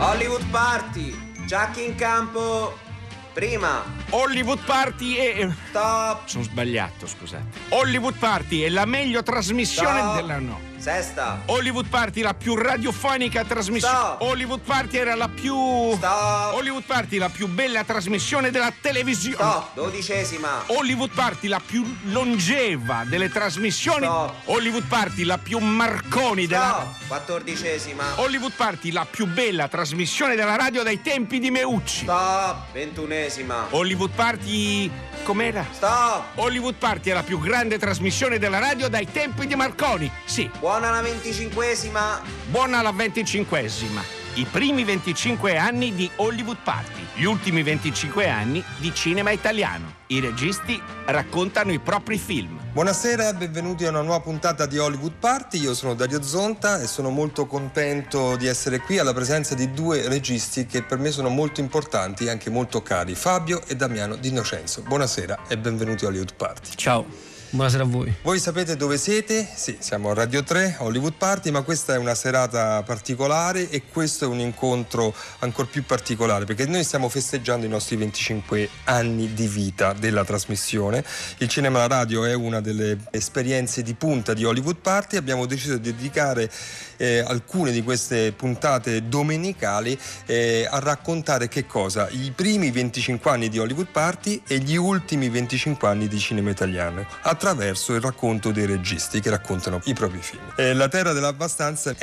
Hollywood Party, Giacchi in campo, prima. Hollywood Party è... Stop. Sono sbagliato, scusate. Hollywood Party è la meglio trasmissione Stop. della... No. Sesta. Hollywood Party, la più radiofonica trasmissione. Stop. Hollywood Party era la più... Stop. Hollywood Party, la più bella trasmissione della televisione. Stop. 12ª. Hollywood Party, la più longeva delle trasmissioni. Stop. Hollywood Party, la più Marconi della... Stop. 14ª. Hollywood Party, la più bella trasmissione della radio dai tempi di Meucci. Stop. 21ª. Hollywood Party... com'era? Stop. Hollywood Party è la più grande trasmissione della radio dai tempi di Marconi. Sì. Buona la 25ª. Buona la 25esima. I primi 25 anni di Hollywood Party. Gli ultimi 25 anni di cinema italiano. I registi raccontano i propri film. Buonasera e benvenuti a una nuova puntata di Hollywood Party. Io sono Dario Zonta e sono molto contento di essere qui alla presenza di due registi che per me sono molto importanti e anche molto cari, Fabio e Damiano D'Innocenzo. Buonasera e benvenuti a Hollywood Party. Ciao. Buonasera a voi. Voi sapete dove siete? Sì, siamo a Radio 3, Hollywood Party, ma questa è una serata particolare e questo è un incontro ancora più particolare perché noi stiamo festeggiando i nostri 25 anni di vita della trasmissione. Il cinema e la radio è una delle esperienze di punta di Hollywood Party. Abbiamo deciso di dedicare alcune di queste puntate domenicali a raccontare che cosa? I primi 25 anni di Hollywood Party e gli ultimi 25 anni di cinema italiano, attraverso il racconto dei registi che raccontano i propri film. La Terra dell'Abbastanza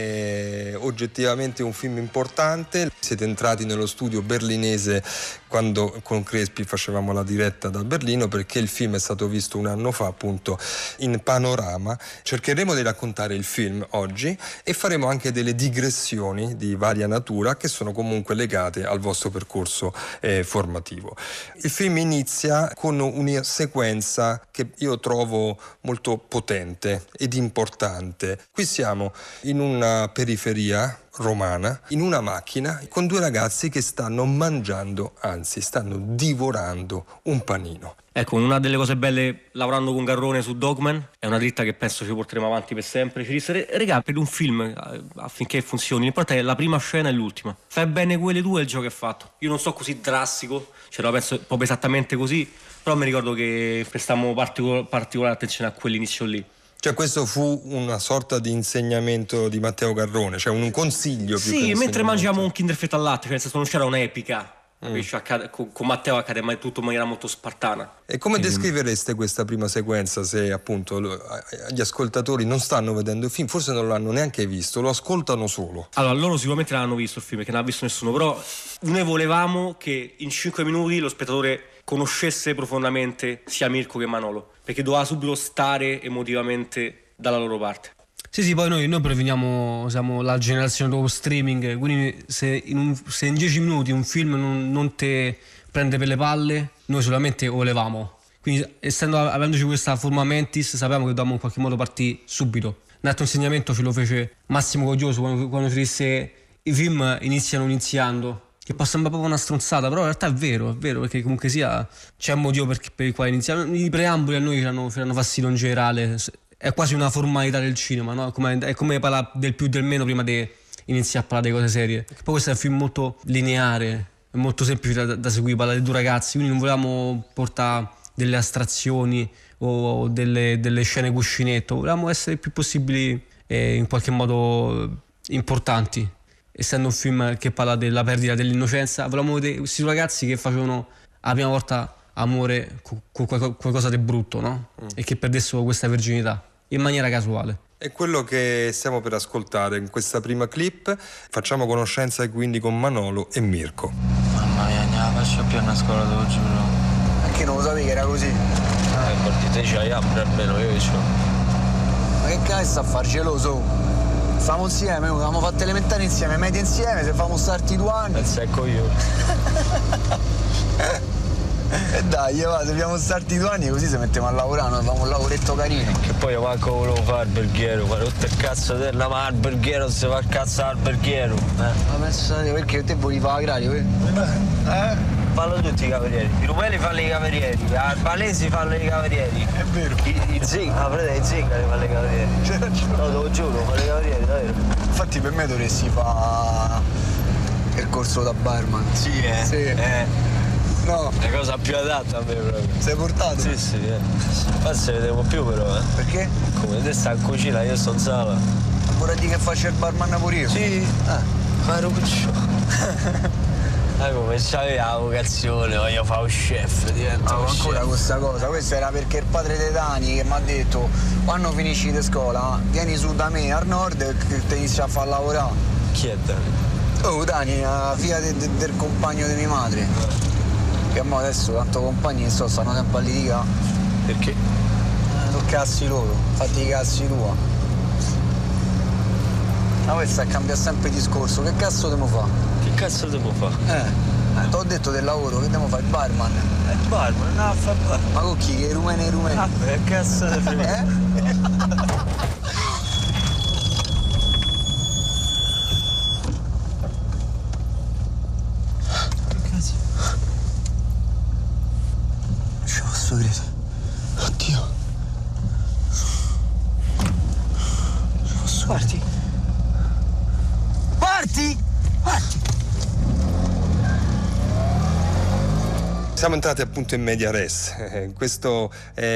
è oggettivamente un film importante. Siete entrati nello studio berlinese quando con Crespi facevamo la diretta da Berlino perché il film è stato visto un anno fa appunto in panorama. Cercheremo di raccontare il film oggi e faremo anche delle digressioni di varia natura che sono comunque legate al vostro percorso formativo. Il film inizia con una sequenza che io trovo molto potente ed importante. Qui siamo in una periferia romana, in una macchina con due ragazzi che stanno mangiando, anzi stanno divorando un panino. Ecco, una delle cose belle lavorando con Garrone su Dogman, è una dritta che penso ci porteremo avanti per sempre. Ci disse, regà, per un film affinché funzioni, l'importante è la prima scena e l'ultima. Fai bene quelle due e il gioco è fatto. Io non so così drastico, la penso proprio esattamente così, però mi ricordo che prestammo particolare attenzione a quell'inizio lì. Cioè questo fu una sorta di insegnamento di Matteo Garrone, cioè un consiglio più sì, mentre mangiamo un Kinder Fetto al latte, cioè nel senso non c'era un'epica. Con Matteo accade tutto in maniera molto spartana. E come descrivereste questa prima sequenza se appunto gli ascoltatori non stanno vedendo il film, forse non l'hanno neanche visto, lo ascoltano solo? Allora, loro sicuramente l'hanno visto il film, perché non l'ha visto nessuno, però noi volevamo che in 5 minuti lo spettatore conoscesse profondamente sia Mirko che Manolo, perché doveva subito stare emotivamente dalla loro parte. Sì, poi noi proveniamo, siamo la generazione dopo streaming, quindi se in 10 minuti un film non te prende per le palle, noi solamente volevamo. Quindi avendoci questa forma mentis, sapevamo che dovevamo in qualche modo partire subito. Un altro insegnamento ce lo fece Massimo Coglioso quando ci disse i film iniziando. Che può sembrare proprio una stronzata, però in realtà è vero, perché comunque sia c'è un motivo per il quale iniziamo. I preamboli a noi ci hanno fastidio in generale. È quasi una formalità del cinema, no? È come parlare del più del meno prima di iniziare a parlare di cose serie. Poi questo è un film molto lineare, è molto semplice da seguire, parla di due ragazzi, quindi non volevamo portare delle astrazioni o delle scene cuscinetto, volevamo essere il più possibili in qualche modo importanti. Essendo un film che parla della perdita dell'innocenza, volevamo vedere questi ragazzi che facevano la prima volta amore con qualcosa di brutto, no? E che perdessero questa virginità in maniera casuale. È quello che stiamo per ascoltare in questa prima clip. Facciamo conoscenza quindi con Manolo e Mirko. Mamma mia, non la faccio più a scuola, te lo giuro. Perché non lo sapevi che era così? Porti te c'hai almeno io c'ho. Ma che cazzo sta a far geloso? Stavamo insieme, avevamo fatto elementari insieme, medie insieme, se famo starti 2 anni. Il secco io. E dai, va, dobbiamo starti 2 anni così se mettiamo a lavorare, noi facciamo un lavoretto carino. Che poi io manco volevo fare alberghiero, fare tutto il cazzo della ma alberghiero se fa il cazzo alberghiero. Ma pensate, perché te volevi fare agrario, Fanno tutti i camerieri. I rumeli fanno i camerieri, i albanesi fanno i camerieri. È vero. I zingari fanno i camerieri. No, te lo giuro, fanno i camerieri, davvero. Infatti per me dovresti fare percorso da barman. Sì, Sì. No. La cosa più adatta a me proprio. Sei portato? Sì. Forse ne devo più però, Perché? Come te stai in cucina, io sto in sala. Vorrei dire che faccio il barman pure io? Sì. Maruccio. Come c'avevi la vocazione, voglio fare un chef, divento un ancora chef. questa cosa, questo era perché il padre dei Dani che mi ha detto quando finisci di scuola vieni su da me al nord e ti inizi a far lavorare. Chi è Dani? Oh Dani, la figlia del compagno di mia madre. Che mo adesso tanto compagni stanno sempre a litigare. Perché? Sono cazzi loro, fatti i cazzi tua. Ma questa cambia sempre discorso, che cazzo devo fare? Che cazzo devo fare? T'ho detto del lavoro, che devo fare? Il barman? Il barman, no, fa barman. Ma con chi? Che i rumeni? Che cazzo di frega? Oddio. Parti. Siamo entrati appunto in media res. Questo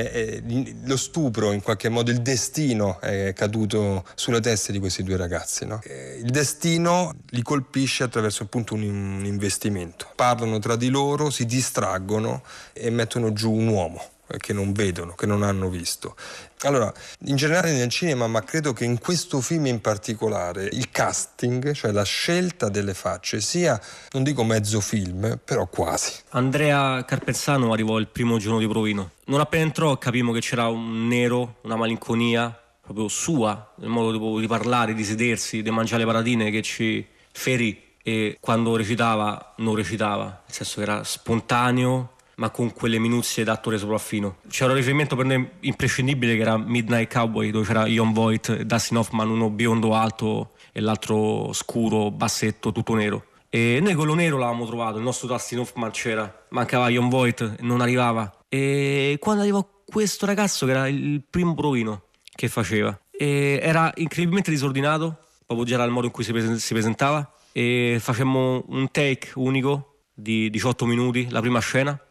è lo stupro, in qualche modo il destino è caduto sulle teste di questi due ragazzi, no? Il destino li colpisce attraverso appunto un investimento. Parlano tra di loro, si distraggono e mettono giù un uomo che non vedono, che non hanno visto. Allora, in generale nel cinema, ma credo che in questo film in particolare, il casting, cioè la scelta delle facce, sia, non dico mezzo film, però quasi. Andrea Carpenzano arrivò il primo giorno di provino. Non appena entrò capimmo che c'era un nero, una malinconia proprio sua, nel modo di parlare, di sedersi, di mangiare le patatine, che ci ferì. E quando recitava, non recitava, nel senso che era spontaneo, ma con quelle minuzie da attore sopraffino. C'era un riferimento per noi imprescindibile che era Midnight Cowboy, dove c'era Jon Voight e Dustin Hoffman, uno biondo alto e l'altro scuro, bassetto, tutto nero. E noi quello nero l'avevamo trovato, il nostro Dustin Hoffman c'era, mancava Jon Voight, non arrivava. E quando arrivò questo ragazzo, che era il primo provino che faceva, e era incredibilmente disordinato, proprio già il modo in cui si presentava, e facemmo un take unico di 18 minuti, la prima scena,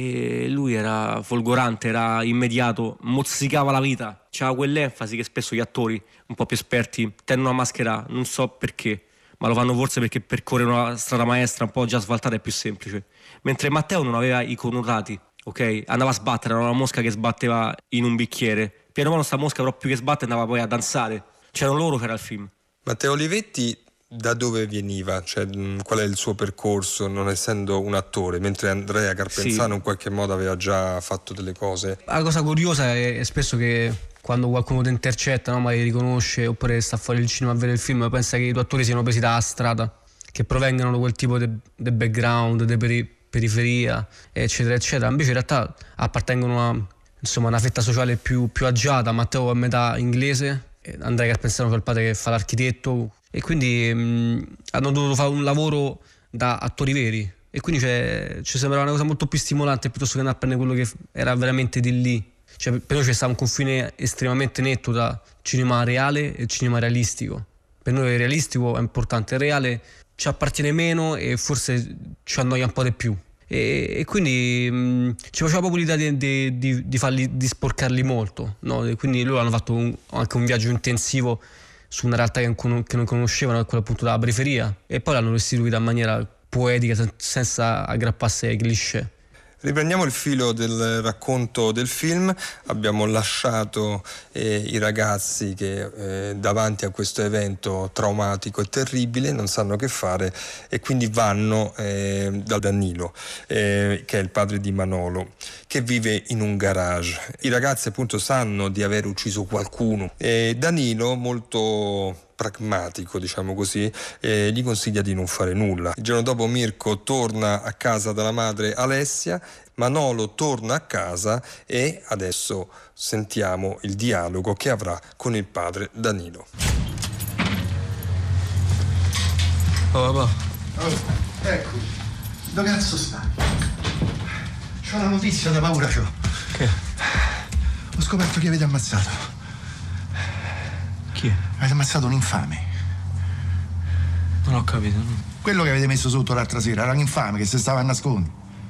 e lui era folgorante, era immediato, mozzicava la vita, c'era quell'enfasi che spesso gli attori un po' più esperti tendono a mascherare, non so perché, ma lo fanno forse perché percorrere una strada maestra un po' già asfaltata è più semplice, mentre Matteo non aveva i connotati, ok? Andava a sbattere, era una mosca che sbatteva in un bicchiere, piano piano sta mosca però più che sbatte andava poi a danzare, c'erano loro che era il film. Matteo Olivetti da dove veniva? Cioè, qual è il suo percorso, non essendo un attore, mentre Andrea Carpenzano in qualche modo aveva già fatto delle cose? La cosa curiosa è spesso che quando qualcuno ti intercetta, no, magari riconosce oppure sta fuori il cinema a vedere il film, pensa che i tuoi attori siano presi dalla strada, che provengano da quel tipo di background, di periferia, eccetera, eccetera. Invece in realtà appartengono a una fetta sociale più agiata. Matteo è metà inglese, Andrea Carpenzano, che è il padre che fa l'architetto, e quindi hanno dovuto fare un lavoro da attori veri, e quindi ci sembrava una cosa molto più stimolante piuttosto che andare a prendere quello che era veramente di lì. Cioè, per noi c'è stato un confine estremamente netto tra cinema reale e cinema realistico. Per noi il realistico è importante, il reale ci appartiene meno e forse ci annoia un po' di più. E quindi ci faceva proprio l'idea di sporcarli molto, no? E quindi loro hanno fatto anche un viaggio intensivo su una realtà che non conoscevano, quella appunto della periferia, e poi l'hanno restituita in maniera poetica senza aggrapparsi ai cliché. Riprendiamo il filo del racconto del film. Abbiamo lasciato i ragazzi che davanti a questo evento traumatico e terribile non sanno che fare, e quindi vanno da Danilo, che è il padre di Manolo, che vive in un garage. I ragazzi appunto sanno di aver ucciso qualcuno, e Danilo, molto pragmatico, diciamo così, gli consiglia di non fare nulla. Il giorno dopo Mirko torna a casa dalla madre Alessia, Manolo torna a casa, e adesso sentiamo il dialogo che avrà con il padre Danilo. Oh papà. Oh, ecco, dove cazzo stai? C'ho una notizia da paura, c'ho. Che? Ho scoperto che avete ammazzato. Chi è? Avete ammazzato un infame. Non ho capito, no. Quello che avete messo sotto l'altra sera era un infame che si stava a nascondere.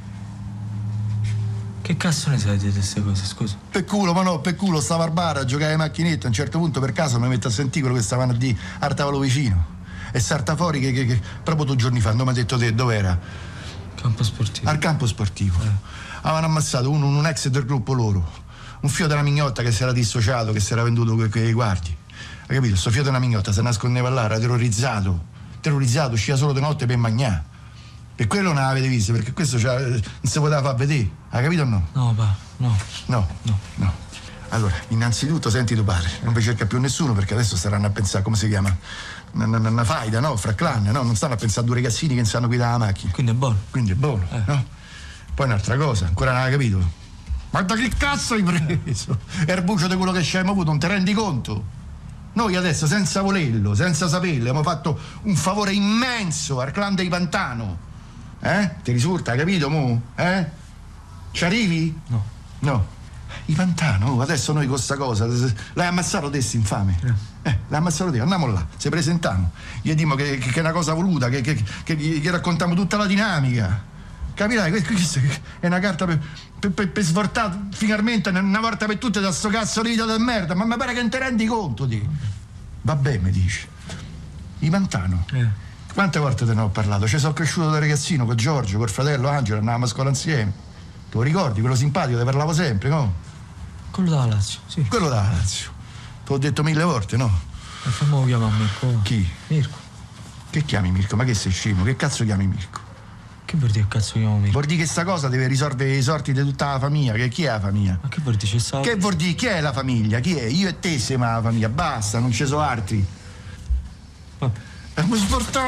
Che cazzo ne sai di queste cose, scusa? Per culo, ma no, per culo, stava al bar a giocare alle macchinette. A un certo punto per caso mi metto a sentire quello che stavano a dire al tavolo vicino. E salta fuori che proprio 2 giorni fa, non mi ha detto te, dov'era? Campo sportivo. Al campo sportivo. Avevano ammazzato un ex del gruppo loro. Un figlio della mignotta che si era dissociato, che si era venduto quei guardi. Hai capito? Sto figlio della mignotta si nascondeva là, era terrorizzato, usciva solo di notte per mangiare. Per quello non l'avete visto, perché questo non si poteva far vedere. Hai capito o no? No, pa, no. No. Allora, innanzitutto senti tuo padre, non vi cerca più nessuno perché adesso staranno a pensare, come si chiama? Una faida, no? Fra clan, no? Non stanno a pensare a 2 ragazzini che non sanno guidare la macchina. Quindi è buono. No? Poi un'altra cosa, ancora non hai capito. Ma da che cazzo hai preso? È il bucio di quello che ci abbiamo avuto, non ti rendi conto? Noi adesso, senza volerlo, senza saperlo, abbiamo fatto un favore immenso al clan dei Pantano. Ti risulta, hai capito, mo? Ci arrivi? No. I Pantano, adesso noi con sta cosa, l'hai ammazzato te, infame. L'hai ammazzato te, andiamo là, ci presentiamo. Gli diciamo che è una cosa voluta, che gli raccontiamo tutta la dinamica. Capirai, questa è una carta per svoltare finalmente una volta per tutte da sto cazzo di vita del merda, ma mi pare che non ti rendi conto di. Vabbè, mi dici. I Pantano. Quante volte te ne ho parlato? Ci sono cresciuto da ragazzino con Giorgio, col fratello Angelo, andavamo a scuola insieme. Te lo ricordi? Quello simpatico, te parlavo sempre, no? Quello da Lazio, sì. Quello da Lazio. Te l'ho detto 1000 volte, no? E fammi chiamare Mirko. Chi? Mirko. Che chiami Mirko? Ma che sei scemo? Che cazzo chiami Mirko? Che vuol dire cazzo chiamo Mirko? Vuol dire che sta cosa deve risolvere i sorti di tutta la famiglia. Che chi è la famiglia? Ma che vuol dire? Che vuol dire? Chi è la famiglia? Chi è? Io e te siamo la famiglia. Basta, non ci sono altri. Vabbè. Abbiamo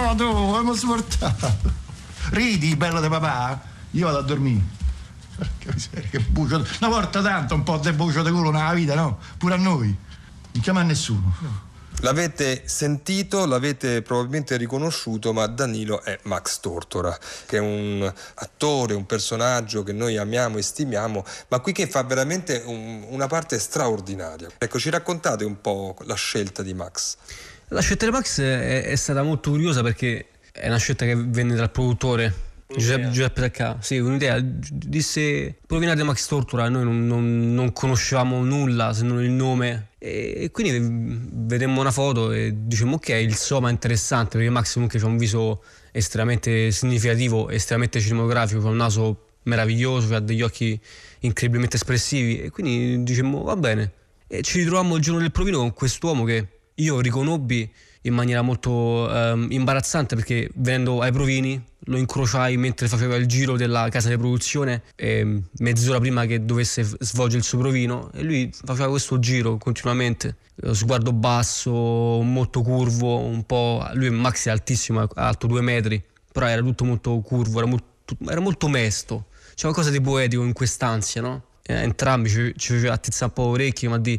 sportato. Ridi, bello di papà? Io vado a dormire. Porca miseria, che bucio. Una volta tanto un po' di bucio di culo nella vita, no? Pure a noi. Non chiama a nessuno. No. L'avete sentito, l'avete probabilmente riconosciuto, ma Danilo è Max Tortora, che è un attore, un personaggio che noi amiamo e stimiamo, ma qui che fa veramente una parte straordinaria. Ecco, ci raccontate un po' la scelta di Max. La scelta di Max è stata molto curiosa perché è una scelta che venne dal produttore Giuseppe Tacca. Sì, un'idea. Disse provinate Max Tortora, noi non conoscevamo nulla se non il nome. E quindi vedemmo una foto e dicemmo ok, il Soma è interessante perché Max comunque ha un viso estremamente significativo, estremamente cinematografico, ha un naso meraviglioso, ha degli occhi incredibilmente espressivi e quindi dicemmo va bene. E ci ritrovammo il giorno del provino con quest'uomo che io riconobbi in maniera molto imbarazzante perché venendo ai provini lo incrociai mentre faceva il giro della casa di produzione mezz'ora prima che dovesse svolgere il suo provino e lui faceva questo giro continuamente, sguardo basso, molto curvo, un po'. Lui Max è altissimo, alto 2 metri, però era tutto molto curvo, era molto mesto, c'è qualcosa di poetico in quest'ansia, no? Entrambi ci faceva attizzare un po' orecchie, ma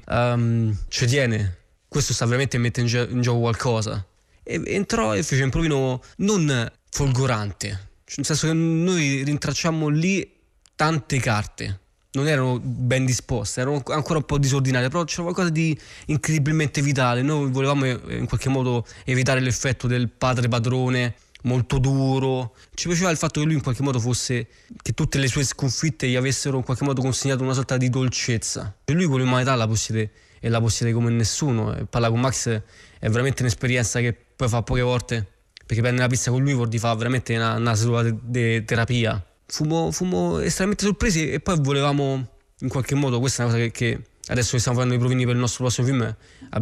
ci tiene, questo sta veramente mettendo in gioco qualcosa. E entrò e fece un provino non folgorante, nel senso che noi rintracciammo lì tante carte, non erano ben disposte, erano ancora un po' disordinate, però c'era qualcosa di incredibilmente vitale. Noi volevamo in qualche modo evitare l'effetto del padre padrone molto duro. Ci piaceva il fatto che lui in qualche modo fosse, che tutte le sue sconfitte gli avessero in qualche modo consegnato una sorta di dolcezza, e lui con l'umanità la possiede come nessuno. E parlare con Max è veramente un'esperienza che poi fa poche volte, perché prendere la pizza con lui vuol dire fare veramente una seduta di terapia. Fummo estremamente sorpresi e poi volevamo in qualche modo, questa è una cosa che adesso che stiamo facendo i provini per il nostro prossimo film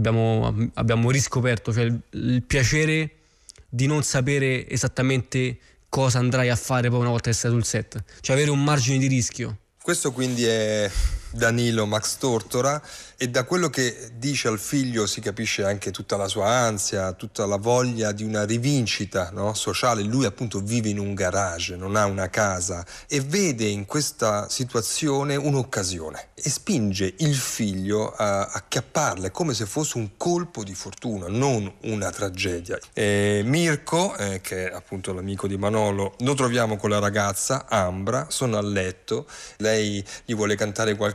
abbiamo riscoperto, cioè il piacere di non sapere esattamente cosa andrai a fare poi una volta che sei sul set, cioè avere un margine di rischio. Questo quindi è Danilo Max Tortora e da quello che dice al figlio si capisce anche tutta la sua ansia, tutta la voglia di una rivincita, no? Sociale. Lui appunto vive in un garage, non ha una casa e vede in questa situazione un'occasione e spinge il figlio a acchiapparla come se fosse un colpo di fortuna, non una tragedia. Mirko, che è appunto l'amico di Manolo, lo troviamo con la ragazza Ambra, sono a letto, lei gli vuole cantare qualche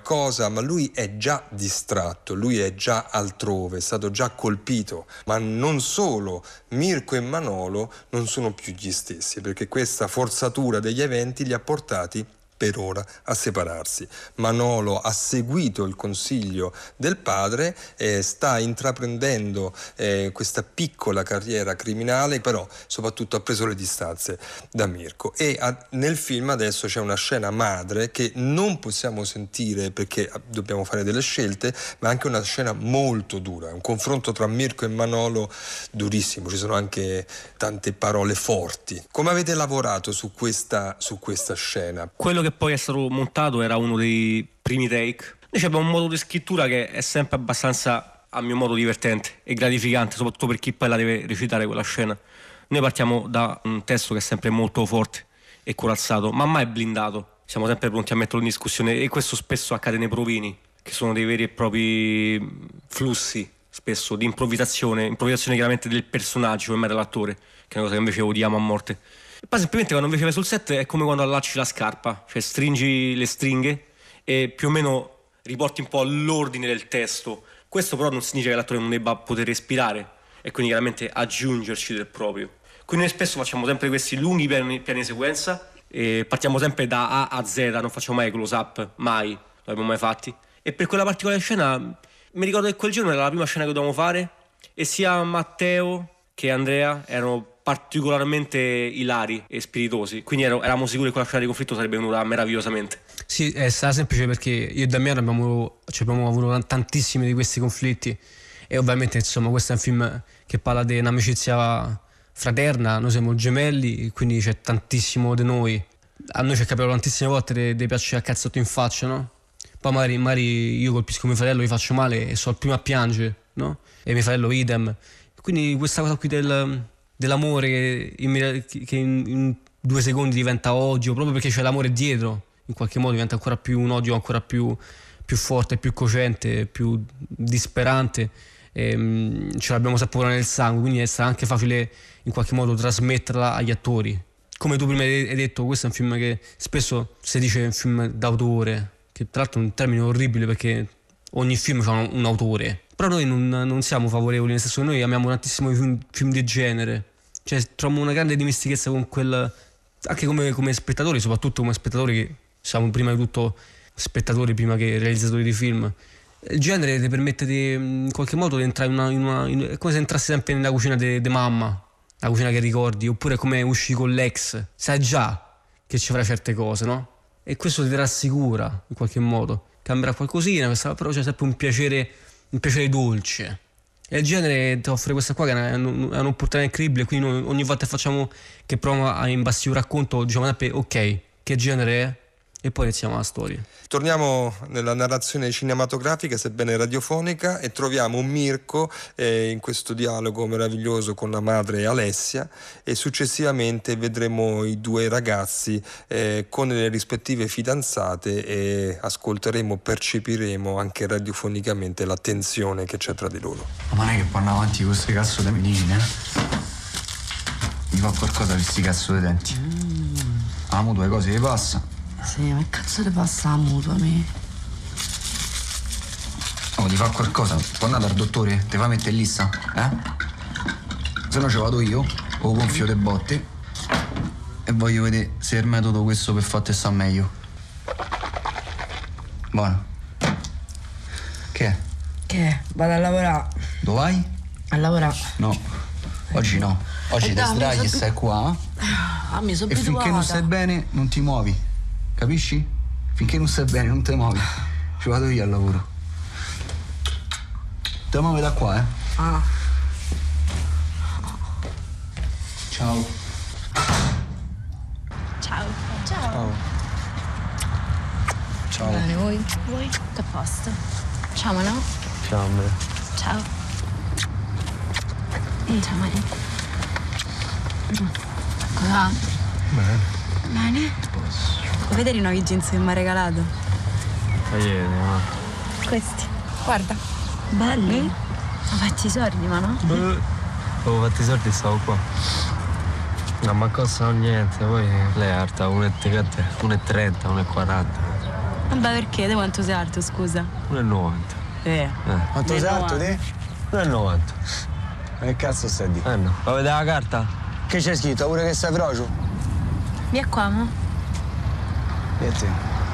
qualcosa, ma lui è già distratto, lui è già altrove, è stato già colpito. Ma non solo, Mirko e Manolo non sono più gli stessi, perché questa forzatura degli eventi li ha portati per ora a separarsi. Manolo ha seguito il consiglio del padre, sta intraprendendo questa piccola carriera criminale, però soprattutto ha preso le distanze da Mirko. E nel film adesso c'è una scena madre che non possiamo sentire perché dobbiamo fare delle scelte, ma anche una scena molto dura, un confronto tra Mirko e Manolo durissimo, ci sono anche tante parole forti. Come avete lavorato su questa scena? Quello che poi è stato montato era uno dei primi take. Noi abbiamo un modo di scrittura che è sempre abbastanza, a mio modo, divertente e gratificante, soprattutto per chi poi la deve recitare quella scena. Noi partiamo da un testo che è sempre molto forte e corazzato, ma mai blindato. Siamo sempre pronti a metterlo in discussione, e questo spesso accade nei provini, che sono dei veri e propri flussi, spesso, di improvvisazione chiaramente del personaggio, come dell'attore, che è una cosa che invece odiamo a morte. E poi semplicemente quando invece vai sul set è come quando allacci la scarpa, cioè stringi le stringhe e più o meno riporti un po' l'ordine del testo. Questo però non significa che l'attore non debba poter respirare e quindi chiaramente aggiungerci del proprio. Quindi noi spesso facciamo sempre questi lunghi piani sequenza e partiamo sempre da A a Z, non facciamo mai close up, mai, non l'abbiamo mai fatti. E per quella particolare scena mi ricordo che quel giorno era la prima scena che dovevamo fare e sia Matteo che Andrea erano particolarmente ilari e spiritosi, quindi eravamo sicuri che quella scena di conflitto sarebbe venuta meravigliosamente. Sì, è stata semplice perché io e Damiano abbiamo avuto tantissimi di questi conflitti e ovviamente insomma questo è un film che parla di un'amicizia fraterna, noi siamo gemelli, quindi c'è tantissimo di noi. A noi ci è capitato tantissime volte di piacere a cazzotto in faccia, no? Poi magari io colpisco mio fratello, gli faccio male e sono il primo a piangere, no? E mio fratello idem. Quindi questa cosa qui dell'amore che in 2 secondi diventa odio, proprio perché c'è l'amore dietro, in qualche modo diventa ancora più un odio ancora più forte, più cocente, più disperante. Ce l'abbiamo sapore nel sangue, quindi è stato anche facile in qualche modo trasmetterla agli attori. Come tu prima hai detto, questo è un film che spesso si dice un film d'autore, che tra l'altro è un termine orribile perché ogni film ha un autore. Però noi non siamo favorevoli, nel senso che noi amiamo tantissimo i film di genere, cioè troviamo una grande dimestichezza con quel, anche come spettatori, soprattutto come spettatori che siamo prima di tutto spettatori prima che realizzatori di film. Il genere ti permette in qualche modo di entrare è come se entrassi sempre nella cucina di mamma, la cucina che ricordi, oppure come usci con l'ex, sai già che ci farà certe cose, no? E questo ti rassicura in qualche modo, cambierà qualcosina, però c'è sempre un piacere dolce. E il genere ti offre questa qua che è un'opportunità incredibile, quindi noi ogni volta che proviamo a imbastire un racconto diciamo sempre ok, che genere è? E poi iniziamo la storia. Torniamo nella narrazione cinematografica, sebbene radiofonica, e troviamo Mirko in questo dialogo meraviglioso con la madre Alessia, e successivamente vedremo i 2 ragazzi con le rispettive fidanzate e percepiremo anche radiofonicamente la tensione che c'è tra di loro. Ma non è che può andare avanti con queste cazzo di medicine, Mi fa qualcosa per sti cazzo di denti. La mutua, cose che passa. Sì, ma che cazzo ti passa la mutua, me? Oh, ti fa qualcosa? Può andare dal dottore? Ti fa mettere in lista? Se no ci vado io, o gonfio le botte, e voglio vedere se il metodo questo per farti sta meglio. Buono. Che è? Che è? Vado a lavorare. Dove vai? A lavorare. No, oggi no. Oggi ti sdrai e stai qua. Mi sono e finché non stai bene non ti muovi. Capisci? Finché non stai bene non ti muovi. Ci vado io al lavoro. Te muovi da qua, Ciao. Ciao. Ciao. Ciao. Bene, voi? Voi? Tutto a posto. Ciao, Mano. Ciao, Andrea. Ciao. Ciao, Mani. Cosa? Bene. Vuoi vedere i nuovi jeans che mi ha regalato? Questi. Guarda. Belli. Ho fatti i soldi, ma no? Avevo fatto i soldi e stavo qua. Non mi costano niente, poi lei è alta 1,30, 1,40. Vabbè, perché? Te quanto sei alto, scusa? 1,90. Quanto sei alto te? 1,90. Che cazzo stai di? No. Ma vedi la carta? Che c'è scritto? Pure che sei frocio? Via qua, mo. E te?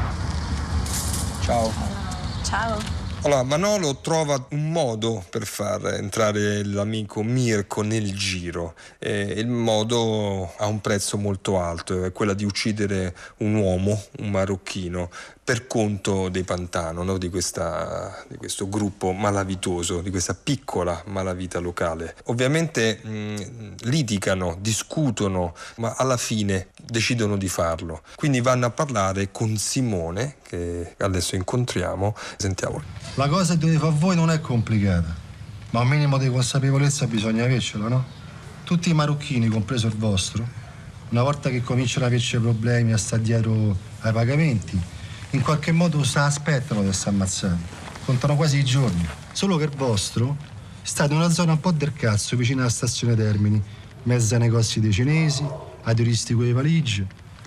Ciao. Ciao. Allora, Manolo trova un modo per far entrare l'amico Mirko nel giro. Il modo ha un prezzo molto alto, è quella di uccidere un uomo, un marocchino, per conto dei Pantano, no? di questo gruppo malavitoso, di questa piccola malavita locale. Ovviamente litigano, discutono, ma alla fine decidono di farlo. Quindi vanno a parlare con Simone, che adesso incontriamo. Sentiamolo. La cosa che dovete fare voi non è complicata, ma un minimo di consapevolezza bisogna avercela, no? Tutti i marocchini, compreso il vostro, una volta che cominciano ad averci problemi, a stare dietro ai pagamenti, in qualche modo aspettano di essere ammazzati. Contano quasi i giorni. Solo che il vostro sta in una zona un po' del cazzo, vicino alla stazione Termini, mezzo ai negozi dei cinesi, ai turisti con le valigie.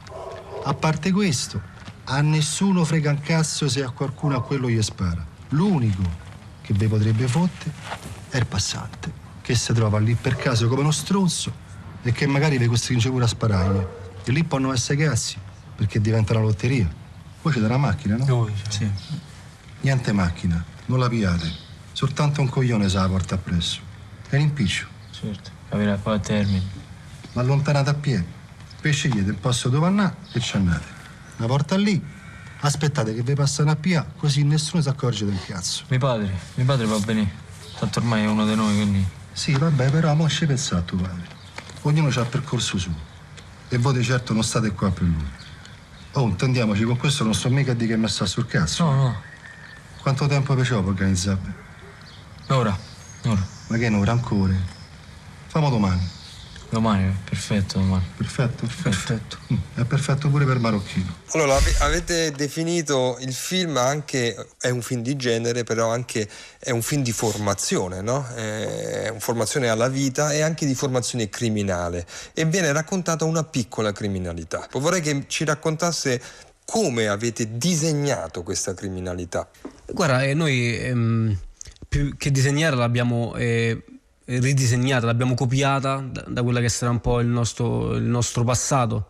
A parte questo, a nessuno frega un cazzo se a qualcuno a quello gli spara. L'unico che vi potrebbe fottere è il passante, che si trova lì per caso come uno stronzo e che magari vi costringe pure a sparargli. E lì possono essere cazzi, perché diventa una lotteria. Voi c'è una macchina, no? Sì. Niente macchina, non la piate. Soltanto un coglione se la porta appresso. È un impiccio. Certo, capirà poi a Termini. Ma allontanate a piedi. Poi scegliete il posto dove andare e ci andate. La porta lì. Aspettate che vi passano a PA, così nessuno si accorge del cazzo. Mio padre va bene. Tanto ormai è uno di noi, quindi. Sì, vabbè, però mo ci pensa a tuo padre. Ognuno ha il percorso suo. E voi di certo non state qua per lui. Oh, intendiamoci, con questo non sto mica a dire che mi sta sul cazzo. No. Quanto tempo facciamo per organizzarvi? Ora. Ma che un'ora ancora? Famo domani. Domani, perfetto, domani. Perfetto? Perfetto. È perfetto pure per marocchino. Allora, avete definito il film anche, è un film di genere, però anche è un film di formazione, no? È una formazione alla vita e anche di formazione criminale. E viene raccontata una piccola criminalità. Vorrei che ci raccontasse come avete disegnato questa criminalità. Guarda, noi più che disegnare l'abbiamo ridisegnata, l'abbiamo copiata da quella che sarà un po' il nostro passato.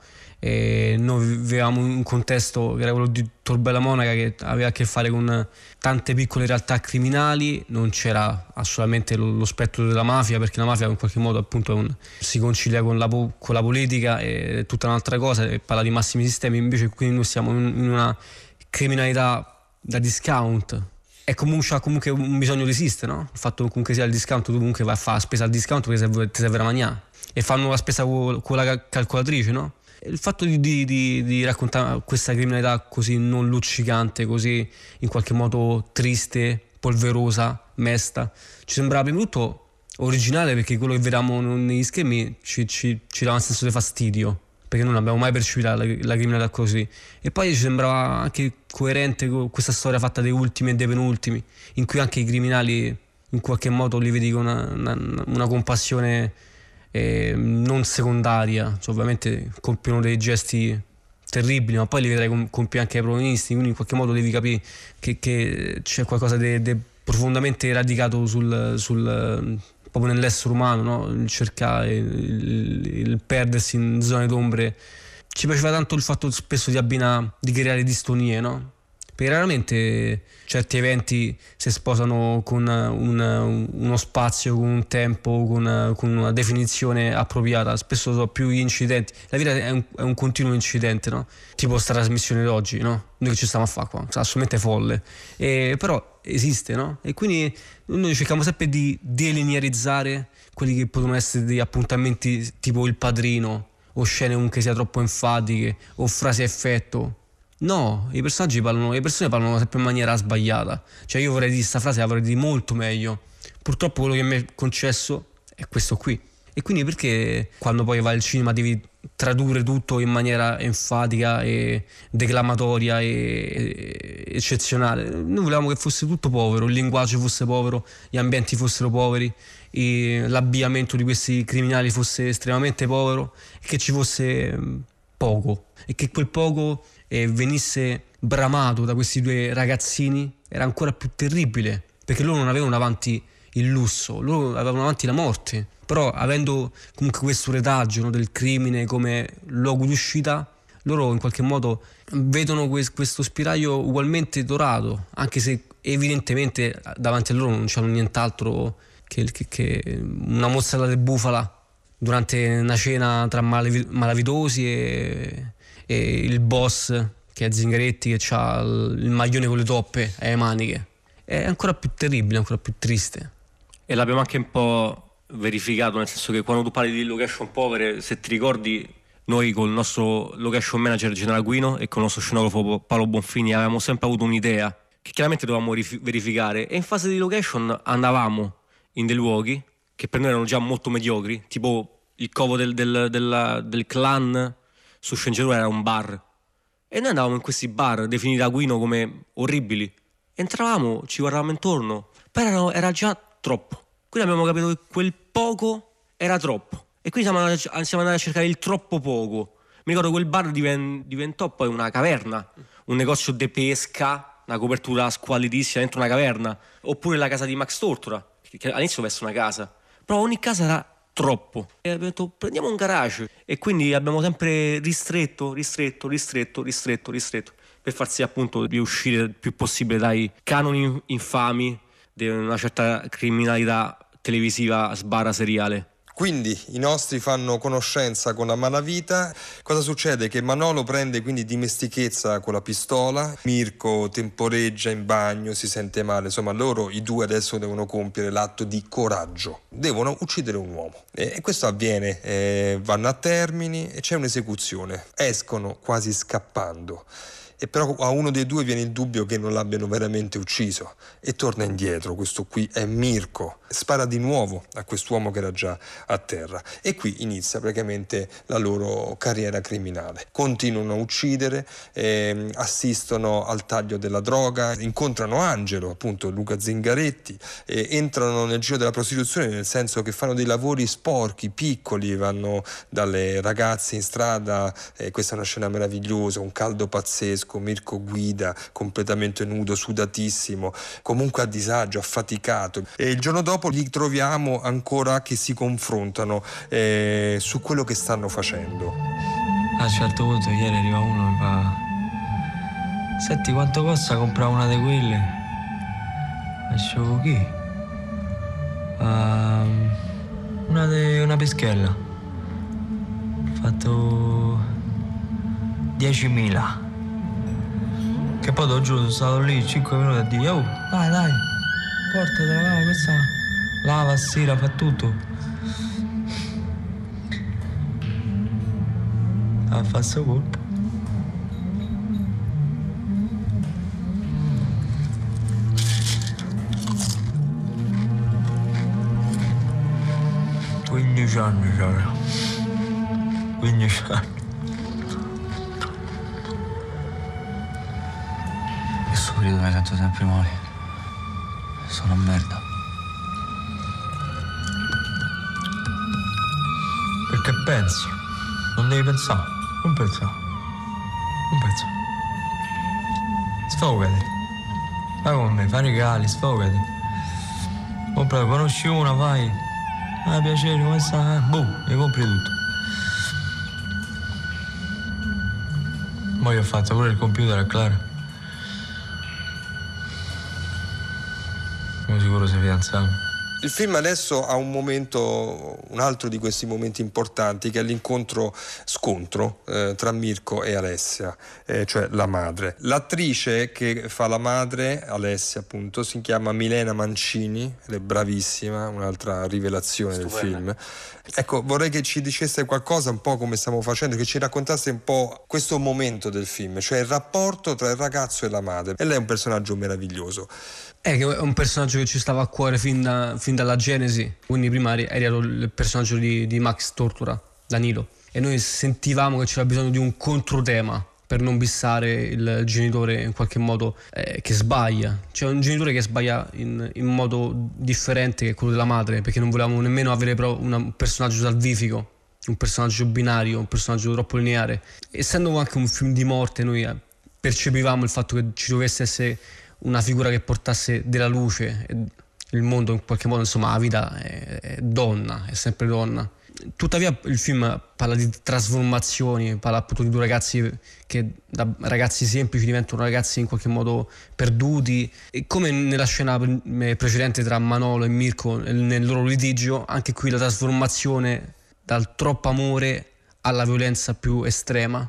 Noi vivevamo in un contesto che era quello di Tor Bella Monaca, che aveva a che fare con tante piccole realtà criminali. Non c'era assolutamente lo spettro della mafia, perché la mafia in qualche modo appunto si concilia con la politica, è tutta un'altra cosa, e parla di massimi sistemi. Invece qui noi siamo in una criminalità da discount. E comunque, c'ha comunque un bisogno di esistere, no? Il fatto che comunque sia il discount, tu comunque vai a fare la spesa al discount perché ti serve la mangiare, e fanno la spesa con la calcolatrice, no? E il fatto di raccontare questa criminalità così non luccicante, così in qualche modo triste, polverosa, mesta, ci sembrava prima di tutto originale, perché quello che vediamo negli schermi ci dava un senso di fastidio, perché non abbiamo mai percepito la criminalità così. E poi ci sembrava anche coerente con questa storia fatta dei ultimi e dei penultimi, in cui anche i criminali in qualche modo li vedi con una compassione non secondaria. Cioè, ovviamente compiono dei gesti terribili, ma poi li vedrai compiere anche ai protagonisti, quindi in qualche modo devi capire che c'è qualcosa di profondamente radicato proprio nell'essere umano, no? Il cercare, il perdersi in zone d'ombre. Ci piaceva tanto il fatto spesso di creare distonie, no? Perché raramente certi eventi si sposano con uno spazio, con un tempo, con una definizione appropriata. Spesso sono più gli incidenti. La vita è un continuo incidente, no? Tipo sta trasmissione d'oggi, no? Noi che ci stiamo a fare qua, assolutamente folle. Però esiste, no? E quindi noi cerchiamo sempre di delinearizzare quelli che possono essere degli appuntamenti tipo Il Padrino, o scene comunque sia troppo enfatiche, o frasi a effetto. No, le persone parlano sempre in maniera sbagliata. Cioè, io vorrei dire questa frase, la vorrei dire molto meglio. Purtroppo quello che mi è concesso è questo qui. E quindi perché quando poi vai al cinema devi tradurre tutto in maniera enfatica e declamatoria e eccezionale? Noi volevamo che fosse tutto povero, il linguaggio fosse povero, gli ambienti fossero poveri, l'abbigliamento di questi criminali fosse estremamente povero, e che ci fosse poco, e che quel poco venisse bramato da questi due ragazzini era ancora più terribile, perché loro non avevano davanti il lusso, loro avevano davanti la morte, però avendo comunque questo retaggio, no, del crimine come luogo di uscita, loro in qualche modo vedono questo spiraglio ugualmente dorato, anche se evidentemente davanti a loro non c'hanno nient'altro che una mozzarella di bufala durante una cena tra malavitosi e il boss che è Zingaretti, che ha il maglione con le toppe e le maniche. È ancora più terribile, ancora più triste. E l'abbiamo anche un po' verificato, nel senso che quando tu parli di location povere, se ti ricordi, noi con il nostro location manager General Guino e con il nostro scenografo Paolo Bonfini avevamo sempre avuto un'idea che chiaramente dovevamo verificare, e in fase di location andavamo in dei luoghi che per noi erano già molto mediocri, tipo il covo del clan su Sceneggiatura era un bar, e noi andavamo in questi bar definiti da Guino come orribili, entravamo, ci guardavamo intorno, però era già troppo, quindi abbiamo capito che quel poco era troppo, e quindi siamo andati a cercare il troppo poco. Mi ricordo quel bar diventò poi una caverna, un negozio di pesca, una copertura squalidissima dentro una caverna, oppure la casa di Max Tortora, che all'inizio doveva essere una casa, però ogni casa era troppo, e abbiamo detto prendiamo un garage, e quindi abbiamo sempre ristretto per far sì appunto di uscire il più possibile dai canoni infami di una certa criminalità televisiva seriale. Quindi i nostri fanno conoscenza con la malavita. Cosa succede? Che Manolo prende quindi dimestichezza con la pistola, Mirko temporeggia in bagno, si sente male, insomma loro, i due, adesso devono compiere l'atto di coraggio, devono uccidere un uomo, e questo avviene, vanno a Termini e c'è un'esecuzione, escono quasi scappando. E però a uno dei due viene il dubbio che non l'abbiano veramente ucciso e torna indietro. Questo qui è Mirko, spara di nuovo a quest'uomo che era già a terra, e qui inizia praticamente la loro carriera criminale. Continuano a uccidere, assistono al taglio della droga, incontrano Angelo, appunto Luca Zingaretti, entrano nel giro della prostituzione, nel senso che fanno dei lavori sporchi, piccoli, vanno dalle ragazze in strada, questa è una scena meravigliosa, un caldo pazzesco, Mirko guida completamente nudo, sudatissimo, comunque a disagio, affaticato, e il giorno dopo li troviamo ancora che si confrontano su quello che stanno facendo. A un certo punto ieri arriva uno e mi fa: senti, quanto costa comprare una di quelle? E dicevo chi? Una peschella. Ho fatto 10.000. Che poi t'ho giuro, sono stato lì 5 minuti a dire: oh, dai, portatela, questa lava, stira, fa tutto. A fa sto colpo. «15 anni c'era. 15 anni. Questo periodo mi sento sempre male. Sono a merda. Perché pensi? Non devi pensare. Non pensare. Sfogati. Vai con me, fai regali, sfogati. Compra, conosci una, vai. Ah, piacere, come sta? Boh, e compri tutto. Poi ho fatto pure il computer a Clara. Sono sicuro sei fidanzato. Il film adesso ha un momento, un altro di questi momenti importanti, che è l'incontro-scontro tra Mirko e Alessia, cioè la madre. L'attrice che fa la madre, Alessia appunto, si chiama Milena Mancini ed è bravissima, un'altra rivelazione del film. Ecco, vorrei che ci dicesse qualcosa, un po' come stiamo facendo, che ci raccontasse un po' questo momento del film, cioè il rapporto tra il ragazzo e la madre. E lei è un personaggio meraviglioso. Che è un personaggio che ci stava a cuore fin dalla genesi, quindi prima era il personaggio di Max Tortora, Danilo, e noi sentivamo che c'era bisogno di un controtema per non bissare il genitore in qualche modo che sbaglia. C'è un genitore che sbaglia in modo differente che quello della madre, perché non volevamo nemmeno avere però un personaggio salvifico, un personaggio binario, un personaggio troppo lineare. Essendo anche un film di morte, noi percepivamo il fatto che ci dovesse essere una figura che portasse della luce. Il mondo in qualche modo, insomma, la vita è donna, è sempre donna. Tuttavia il film parla di trasformazioni, parla appunto di due ragazzi che da ragazzi semplici diventano ragazzi in qualche modo perduti, e come nella scena precedente tra Manolo e Mirko nel loro litigio, anche qui la trasformazione dal troppo amore alla violenza più estrema.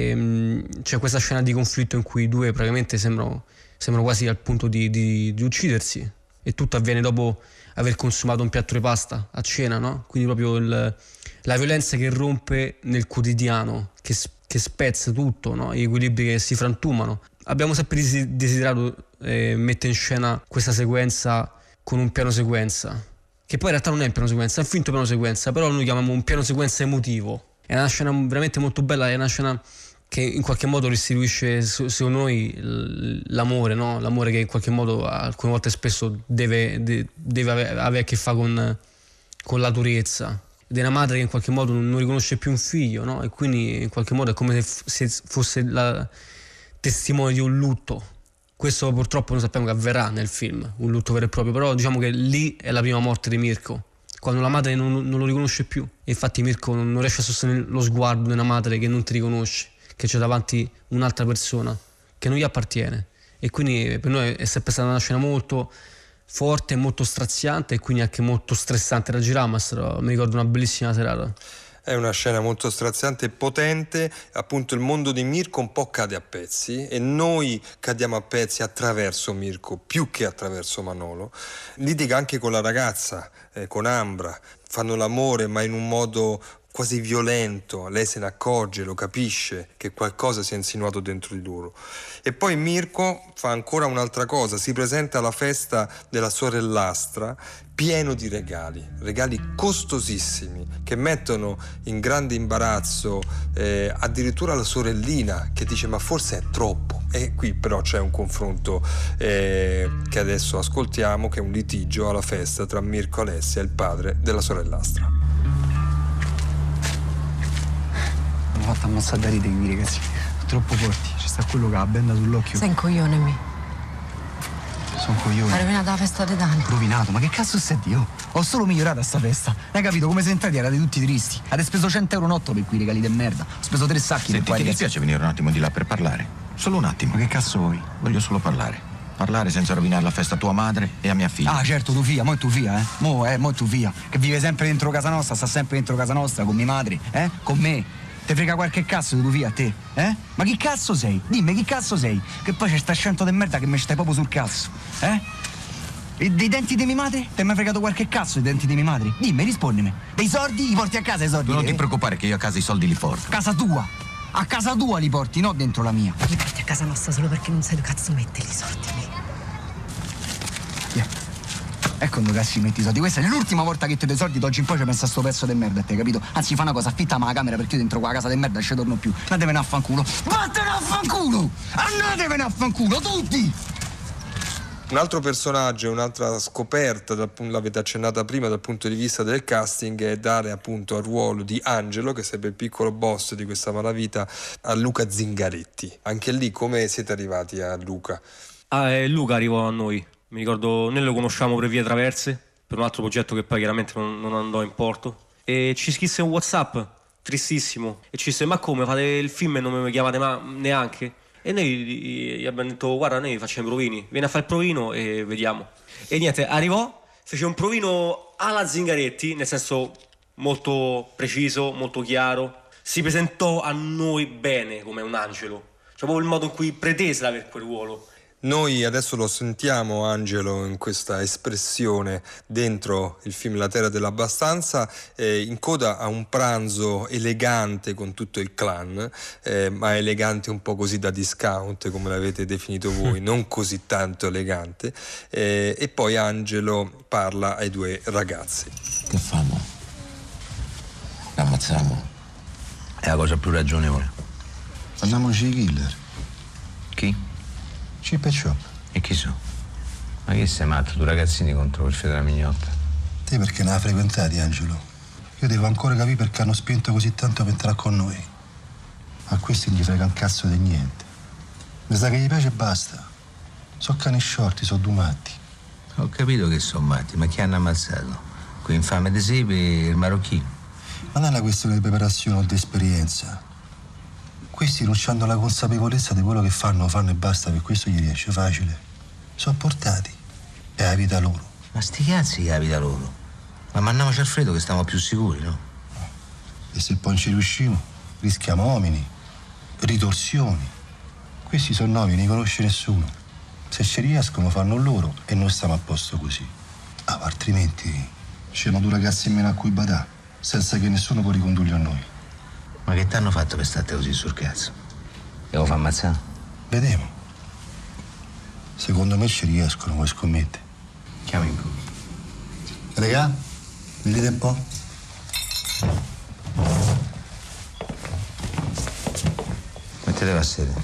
E c'è questa scena di conflitto in cui i due praticamente sembrano quasi al punto di uccidersi, e tutto avviene dopo aver consumato un piatto di pasta a cena, no? Quindi proprio la violenza che rompe nel quotidiano, che spezza tutto, no? Gli equilibri che si frantumano. Abbiamo sempre desiderato mettere in scena questa sequenza con un piano sequenza, che poi in realtà non è un piano sequenza, è un finto piano sequenza, però noi chiamiamo un piano sequenza emotivo. È una scena veramente molto bella, è una scena che in qualche modo restituisce, secondo noi, l'amore, no? L'amore che in qualche modo alcune volte spesso deve avere a che fare con la durezza. Ed è una madre che in qualche modo non riconosce più un figlio, no? E quindi in qualche modo è come se fosse la testimone di un lutto. Questo purtroppo noi sappiamo che avverrà nel film, un lutto vero e proprio, però diciamo che lì è la prima morte di Mirko, quando la madre non lo riconosce più. E infatti Mirko non riesce a sostenere lo sguardo di una madre che non ti riconosce, che c'è davanti un'altra persona che non gli appartiene. E quindi per noi è sempre stata una scena molto forte, molto straziante e quindi anche molto stressante da girare, ma mi ricordo una bellissima serata. È una scena molto straziante e potente, appunto il mondo di Mirko un po' cade a pezzi e noi cadiamo a pezzi attraverso Mirko più che attraverso Manolo. Litiga anche con la ragazza, con Ambra, fanno l'amore ma in un modo quasi violento, lei se ne accorge, lo capisce che qualcosa si è insinuato dentro di loro. E poi Mirko fa ancora un'altra cosa, si presenta alla festa della sorellastra pieno di regali costosissimi che mettono in grande imbarazzo addirittura la sorellina, che dice ma forse è troppo. E qui però c'è un confronto che adesso ascoltiamo, che è un litigio alla festa tra Mirko Alessia e il padre della sorellastra. Mi ha fatto ammazzare da ridere qui, ragazzi. Troppo forti. Ci sta quello che ha la benda sull'occhio. Sei un coglione, me. Sono un coglione. Hai rovinato la festa di Dani. Rovinato? Ma che cazzo stai io? Ho solo migliorato a sta festa. Hai capito? Come se entrati erate tutti tristi. Avete speso 100 euro notto per quei regali di merda. Ho speso 3 sacchi. Senti, per ti dispiace venire un attimo di là per parlare? Solo un attimo. Ma che cazzo vuoi? Voglio solo parlare. Parlare senza rovinare la festa a tua madre e a mia figlia. Ah, certo, tu figlia, mo' è tu figlia, Mo' è tu figlia. Che vive sempre dentro casa nostra, sta sempre dentro casa nostra, con mia madre, Con me. Te frega qualche cazzo di tu figlia a te, Ma chi cazzo sei? Dimmi, chi cazzo sei? Che poi c'è sta scento di merda che mi stai proprio sul cazzo, E dei denti di mia madre? Ti hai mai fregato qualche cazzo dei denti di mia madre? Dimmi, rispondimi. Dei soldi li porti a casa i soldi? Tu non ti preoccupare che io a casa i soldi li porto. Casa tua. A casa tua li porti, non dentro la mia. Li porti a casa nostra solo perché non sai dove cazzo metterli i soldi, me. Yeah. Ecco dove cazzo metti i soldi. Questa è l'ultima volta che ti do i soldi, d'oggi in poi ci pensa a sto pezzo di merda, te, capito? Anzi, fa una cosa, affittami la camera perché io dentro quella casa di merda non ci torno più. Andatevene a fanculo. Vattene a fanculo! Andatevene a fanculo, tutti! Un altro personaggio, un'altra scoperta, l'avete accennata prima dal punto di vista del casting, è dare appunto al ruolo di Angelo, che sarebbe il piccolo boss di questa malavita, a Luca Zingaretti. Anche lì come siete arrivati a Luca? Luca arrivò a noi. Mi ricordo, noi lo conosciamo per vie traverse, per un altro progetto che poi chiaramente non andò in porto. E ci scrisse un WhatsApp, tristissimo, e ci disse: ma come, fate il film e non mi chiamate neanche? E noi gli abbiamo detto: guarda, noi facciamo i provini, vieni a fare il provino e vediamo. E niente, arrivò, fece un provino alla Zingaretti, nel senso molto preciso, molto chiaro. Si presentò a noi bene come un angelo, cioè proprio il modo in cui pretese per quel ruolo. Noi adesso lo sentiamo Angelo in questa espressione dentro il film La Terra dell'Abbastanza, in coda a un pranzo elegante con tutto il clan, ma elegante un po' così da discount come l'avete definito voi, non così tanto elegante, e poi Angelo parla ai due ragazzi. Che famo? L'ammazziamo? È la cosa più ragionevole. Andiamoci i killer. Chi? Chip e Chop. E chi so? Ma che sei matto, tu ragazzini contro il fedele mignotta? Te perché ne hai frequentati, Angelo? Io devo ancora capire perché hanno spinto così tanto per entrare con noi. A questi non gli frega un cazzo di niente. Mi sa che gli piace e basta. So cani sciorti, so due matti. Ho capito che sono matti, ma chi hanno ammazzato? Quell'infame De Sepe e il marocchino. Ma non è una questione di preparazione o di esperienza. Questi non hanno la consapevolezza di quello che fanno e basta, per questo gli riesce facile. Sono portati. È la vita loro. Ma sti cazzi che è la vita loro? Ma mandiamoci Alfredo che stiamo più sicuri, no? E se poi non ci riusciamo, rischiamo omini, ritorsioni. Questi sono nomi, non li conosce nessuno. Se ci riescono fanno loro e noi stiamo a posto così. Altrimenti c'erano due ragazzi in meno a cui badà, senza che nessuno può ricondurli a noi. Ma che t'hanno fatto per stare così sul cazzo? E lo fa ammazzare? Vedremo. Secondo me ci riescono, vuoi scommettere? Chiama in culo. Regà, vedete un po'? Mettetevi a sedere.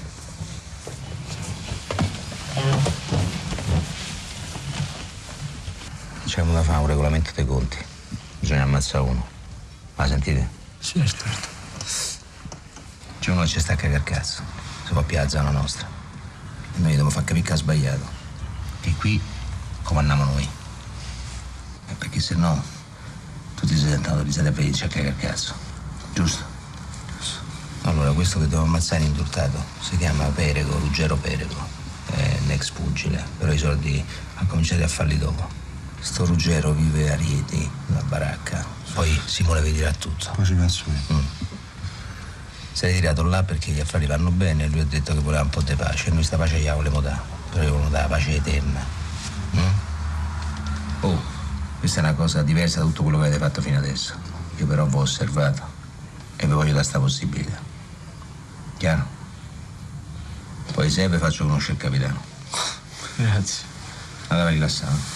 Facciamo da fare un regolamento dei conti. Bisogna ammazzare uno. Ma sentite? Certo. C'è uno che ci sta a cagare cazzo. Si fa più la zona nostra. E noi dobbiamo far capire che ha sbagliato. Che qui comandiamo noi. Perché se no tutti si sentono risate a felici a cagare cazzo. Giusto? Allora, questo che dobbiamo ammazzare indultato si chiama Perego, Ruggero Perego. È un ex pugile, però i soldi ha cominciato a farli dopo. Sto Ruggero vive a Rieti, una baracca. Poi Simone vi dirà tutto. Poi ci penso io. Si è ritirato là perché gli affari vanno bene e lui ha detto che voleva un po' di pace. E noi sta pace gli volevamo dare, però gli volevamo dare la pace eterna. Oh, questa è una cosa diversa da tutto quello che avete fatto fino adesso. Io però vi ho osservato e vi voglio dare sta possibilità. Chiaro? Poi se vi faccio conoscere il capitano. Grazie. Andate rilassato.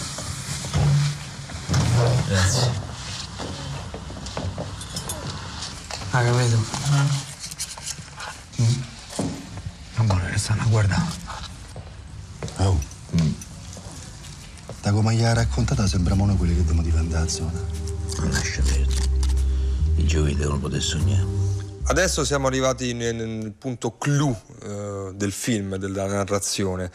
Grazie. Ah, capito? Amore, ne stanno a guardare. Oh. Da come gli ha raccontata sembriamo noi quelli che dobbiamo difendere la zona. Non lascia perdere. I giovani devono poter sognare. Adesso siamo arrivati nel punto clou del film, della narrazione.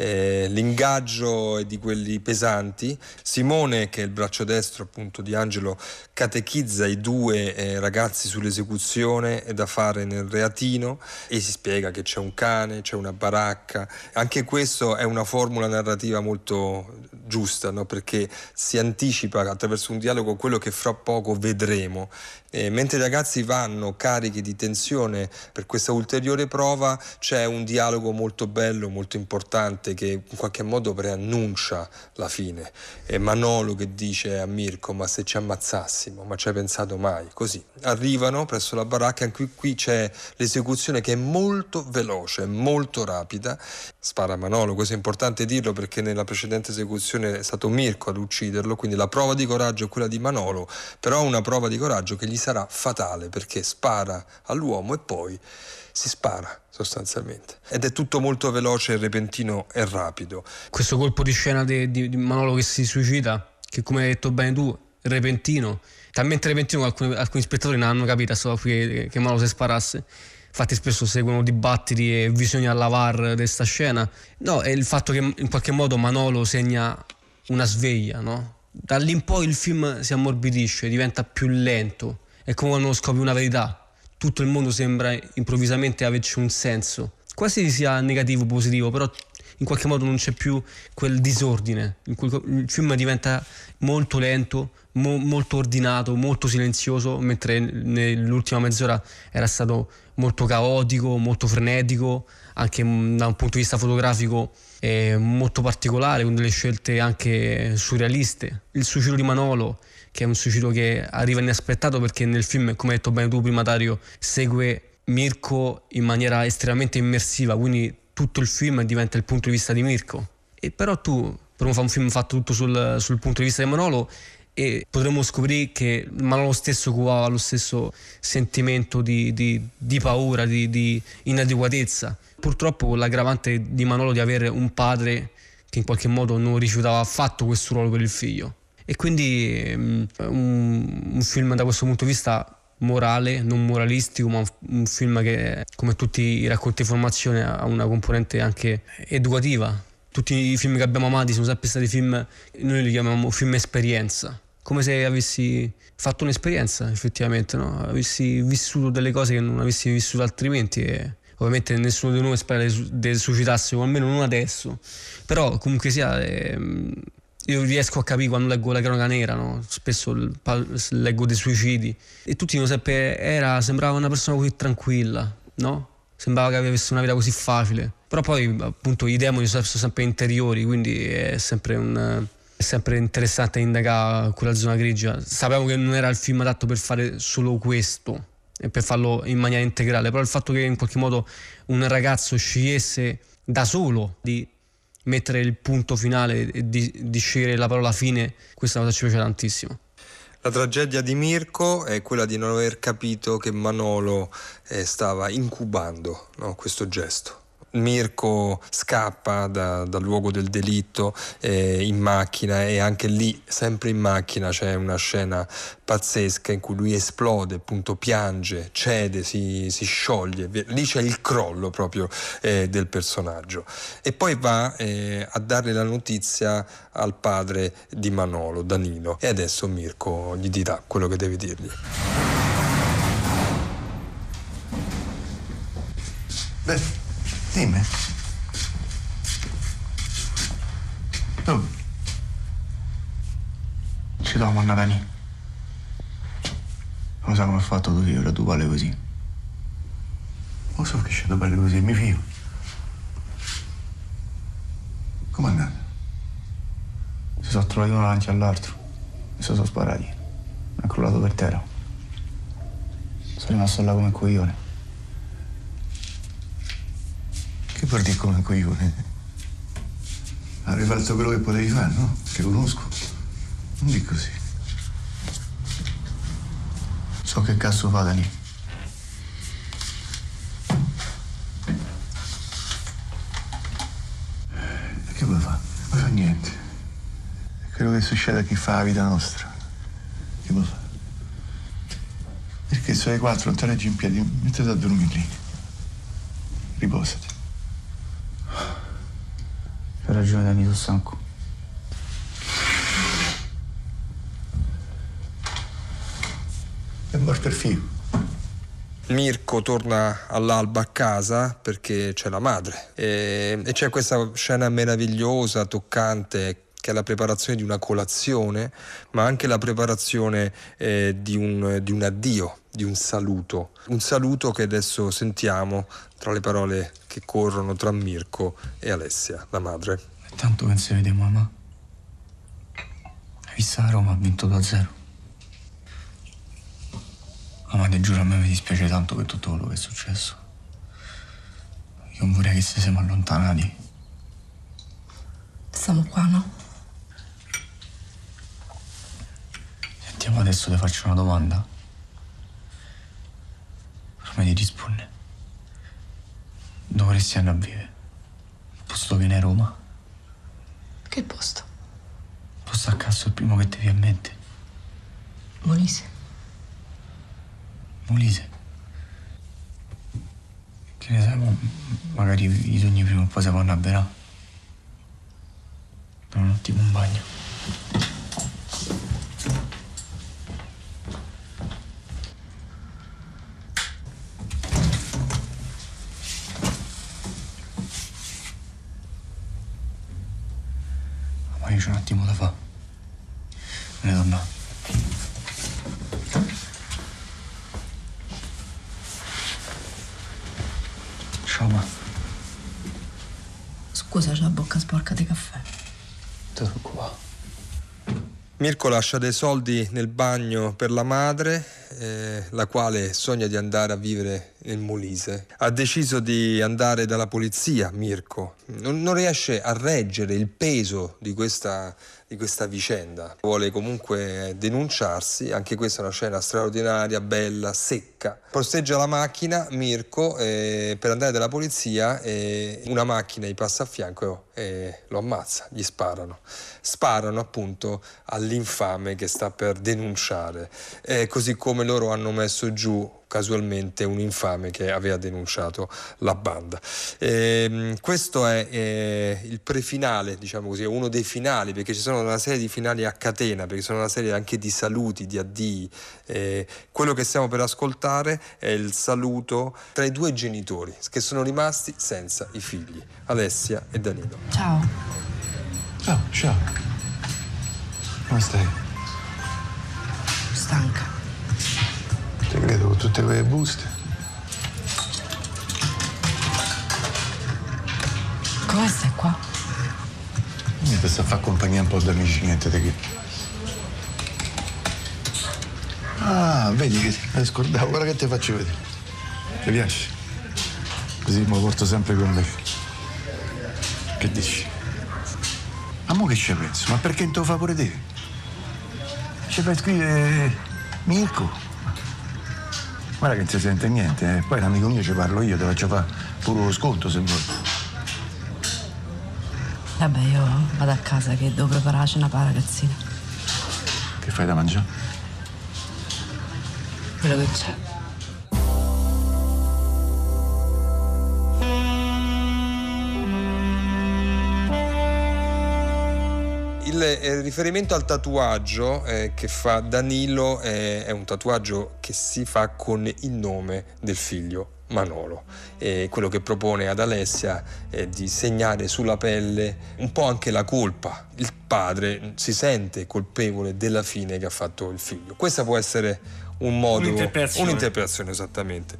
L'ingaggio è di quelli pesanti. Simone, che è il braccio destro appunto di Angelo, catechizza i due ragazzi sull'esecuzione da fare nel Reatino e si spiega che c'è un cane, c'è una baracca. Anche questo è una formula narrativa molto giusta, no? Perché si anticipa attraverso un dialogo quello che fra poco vedremo. Mentre i ragazzi vanno carichi di tensione per questa ulteriore prova, c'è un dialogo molto bello, molto importante, che in qualche modo preannuncia la fine. Manolo che dice a Mirko: ma se ci ammazzassimo, ma ci hai pensato mai? Così arrivano presso la baracca, anche qui c'è l'esecuzione che è molto veloce, molto rapida. Spara Manolo, questo è importante dirlo perché nella precedente esecuzione è stato Mirko ad ucciderlo, quindi la prova di coraggio è quella di Manolo, però una prova di coraggio che gli sarà fatale perché spara all'uomo e poi si spara sostanzialmente. Ed è tutto molto veloce, repentino e rapido. Questo colpo di scena di Manolo che si suicida, che come hai detto bene tu, è repentino, talmente repentino che alcuni spettatori non hanno capito che Manolo si sparasse. Infatti spesso seguono dibattiti e visioni alla VAR di questa scena. No, è il fatto che in qualche modo Manolo segna una sveglia, no? Da lì in poi il film si ammorbidisce, diventa più lento. È come quando scopri una verità. Tutto il mondo sembra improvvisamente averci un senso. Quasi sia negativo o positivo, però in qualche modo non c'è più quel disordine. Il film diventa molto lento, molto ordinato, molto silenzioso, mentre nell'ultima mezz'ora era stato molto caotico, molto frenetico, anche da un punto di vista fotografico molto particolare, con delle scelte anche surrealiste. Il suicidio di Manolo, che è un suicidio che arriva inaspettato perché nel film, come hai detto bene tu prima Dario, segue Mirko in maniera estremamente immersiva, quindi tutto il film diventa il punto di vista di Mirko. E però tu potremmo fare un film fatto tutto sul punto di vista di Manolo e potremmo scoprire che Manolo stesso covava lo stesso sentimento di paura, di inadeguatezza. Purtroppo con l'aggravante di Manolo di avere un padre che in qualche modo non rifiutava affatto questo ruolo per il figlio. E quindi un film da questo punto di vista morale, non moralistico, ma un film che, come tutti i racconti di formazione, ha una componente anche educativa. Tutti i film che abbiamo amati sono sempre stati film, noi li chiamiamo film esperienza, come se avessi fatto un'esperienza effettivamente, no? Avessi vissuto delle cose che non avessi vissuto altrimenti, e ovviamente nessuno di noi spera di suicidarsi, o almeno non adesso, però comunque sia io riesco a capire quando leggo la cronaca nera, no? Spesso leggo dei suicidi e tutti dicono sempre sembrava una persona così tranquilla, no? Sembrava che avesse una vita così facile, però poi appunto i demoni sono sempre interiori, quindi è sempre interessante indagare quella zona grigia. Sapevo che non era il film adatto per fare solo questo e per farlo in maniera integrale, però il fatto che in qualche modo un ragazzo scegliesse da solo di mettere il punto finale e di scegliere la parola fine, questa cosa ci piace tantissimo. La tragedia di Mirko è quella di non aver capito che Manolo stava incubando, no, questo gesto. Mirko scappa dal luogo del delitto in macchina, e anche lì, sempre in macchina, c'è una scena pazzesca in cui lui esplode, appunto piange, cede, si scioglie. Lì c'è il crollo proprio del personaggio, e poi va a dare la notizia al padre di Manolo, Danilo, e adesso Mirko gli dirà quello che deve dirgli. Beh, dimmi. Dove? Ci dobbiamo andare a Dani. Non so come hai fatto tu, ora tu parli così. Non so che c'è da parli così, mi fio. Come è andato? Si sono trovati uno davanti all'altro. Mi sono sparati. Mi è crollato per terra. Sono rimasto là come un coglione. Che per dire come un coglione? Avrei fatto quello che potevi fare, no? Che conosco. Non di così. So che cazzo fa Dani. E che vuoi fare? Non fa niente. È quello che succede a chi fa la vita nostra. Che vuoi fare? Perché sono le 4, non ti reggi in piedi, mettete a dormire lì. Riposati. Hai ragione, Dani, sono stanco. È morto il figlio. Mirko torna all'alba a casa perché c'è la madre e c'è questa scena meravigliosa, toccante, che è la preparazione di una colazione, ma anche la preparazione di un addio, di un saluto che adesso sentiamo tra le parole che corrono tra Mirko e Alessia, la madre. È tanto che non si vede, mamma. Hai visto la Roma ha vinto 2-0. Mamma, ti giuro, a me mi dispiace tanto per tutto quello che è successo. Io non vorrei che se siamo allontanati. Stiamo qua, no? Sentiamo, adesso ti faccio una domanda. Prima di rispondere. Dove vorresti andare a vivere? Un posto che ne è Roma? Che posto? Un posto a caso, il primo che ti viene a mente. Molise. Molise. Che ne sai, magari i sogni prima o poi si vanno a avverare. Un attimo, un bagno. Ma io c'ho un attimo da fare. Me ne torno. Ciao, ma. Scusa, c'ho la bocca sporca di caffè. Te qua. Mirko lascia dei soldi nel bagno per la madre, la quale sogna di andare a vivere nel Molise. Ha deciso di andare dalla polizia, Mirko. Non riesce a reggere il peso di questa di questa vicenda. Vuole comunque denunciarsi, anche questa è una scena straordinaria, bella, secca. Posteggia la macchina, Mirko, per andare dalla polizia, e una macchina gli passa a fianco e lo ammazza, gli sparano. Sparano appunto all'infame che sta per denunciare, così come loro hanno messo giù casualmente un infame che aveva denunciato la banda. Questo è il prefinale, diciamo così, è uno dei finali, perché ci sono una serie di finali a catena, perché sono una serie anche di saluti, di addii. Quello che stiamo per ascoltare è il saluto tra i due genitori che sono rimasti senza i figli, Alessia e Danilo. Ciao. Oh, ciao. Come stai? Stanca. Ti credo, con tutte quelle buste. Come stai qua? Niente, sta a fare compagnia un po' d'amici, niente di che. Ah, vedi che mi scordavo, guarda che ti faccio vedere. Ti piace? Così mi porto sempre con me. Che dici? Ma mo che ci penso? Ma perché non te lo fa pure te? Ci fai scrivere Mirko? Guarda che non si sente niente, Poi l'amico mio ci parlo io, ti faccio fare pure lo sconto se vuoi. Vabbè, io vado a casa che devo preparare cena per la ragazzina. Che fai da mangiare? Quello che c'è. Il riferimento al tatuaggio che fa Danilo è un tatuaggio che si fa con il nome del figlio Manolo. Quello che propone ad Alessia è di segnare sulla pelle un po' anche la colpa. Il padre si sente colpevole della fine che ha fatto il figlio. Questa può essere un modo, un'interpretazione esattamente.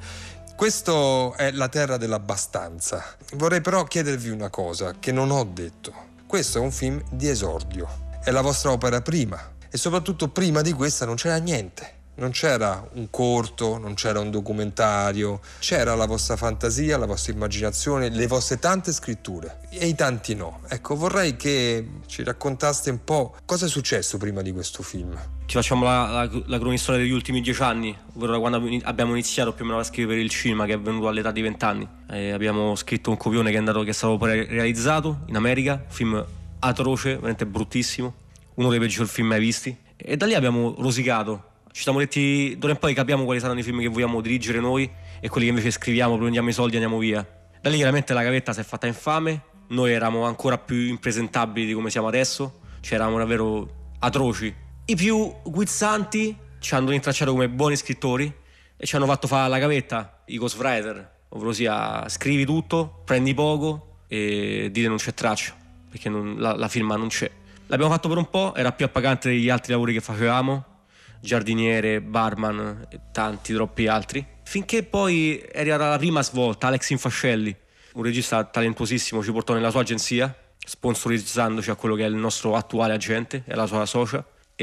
Questo è La terra dell'abbastanza. Vorrei però chiedervi una cosa che non ho detto. Questo è un film di esordio, è la vostra opera prima e soprattutto prima di questa non c'era niente. Non c'era un corto, non c'era un documentario, c'era la vostra fantasia, la vostra immaginazione, le vostre tante scritture e i tanti no. Ecco, vorrei che ci raccontaste un po' cosa è successo prima di questo film. Ci facciamo la cronistoria degli ultimi 10 anni, ovvero da quando abbiamo iniziato più o meno a scrivere per il cinema, che è venuto all'età di 20 anni. Abbiamo scritto un copione che è stato poi realizzato in America, un film atroce, veramente bruttissimo, uno dei peggiori film mai visti. E da lì abbiamo rosicato. Ci siamo detti, d'ora in poi capiamo quali saranno i film che vogliamo dirigere noi e quelli che invece scriviamo, prendiamo i soldi e andiamo via. Da lì chiaramente la gavetta si è fatta infame, noi eravamo ancora più impresentabili di come siamo adesso, cioè eravamo davvero atroci. I più guizzanti ci hanno rintracciato come buoni scrittori e ci hanno fatto fare la gavetta, i ghostwriter, ovvero sia scrivi tutto, prendi poco e dite non c'è traccia, perché la firma non c'è. L'abbiamo fatto per un po', era più appagante degli altri lavori che facevamo, giardiniere, barman e tanti troppi altri, finché poi è arrivata la prima svolta. Alex Infascelli, un regista talentuosissimo, ci portò nella sua agenzia, sponsorizzandoci a quello che è il nostro attuale agente e la sua socia,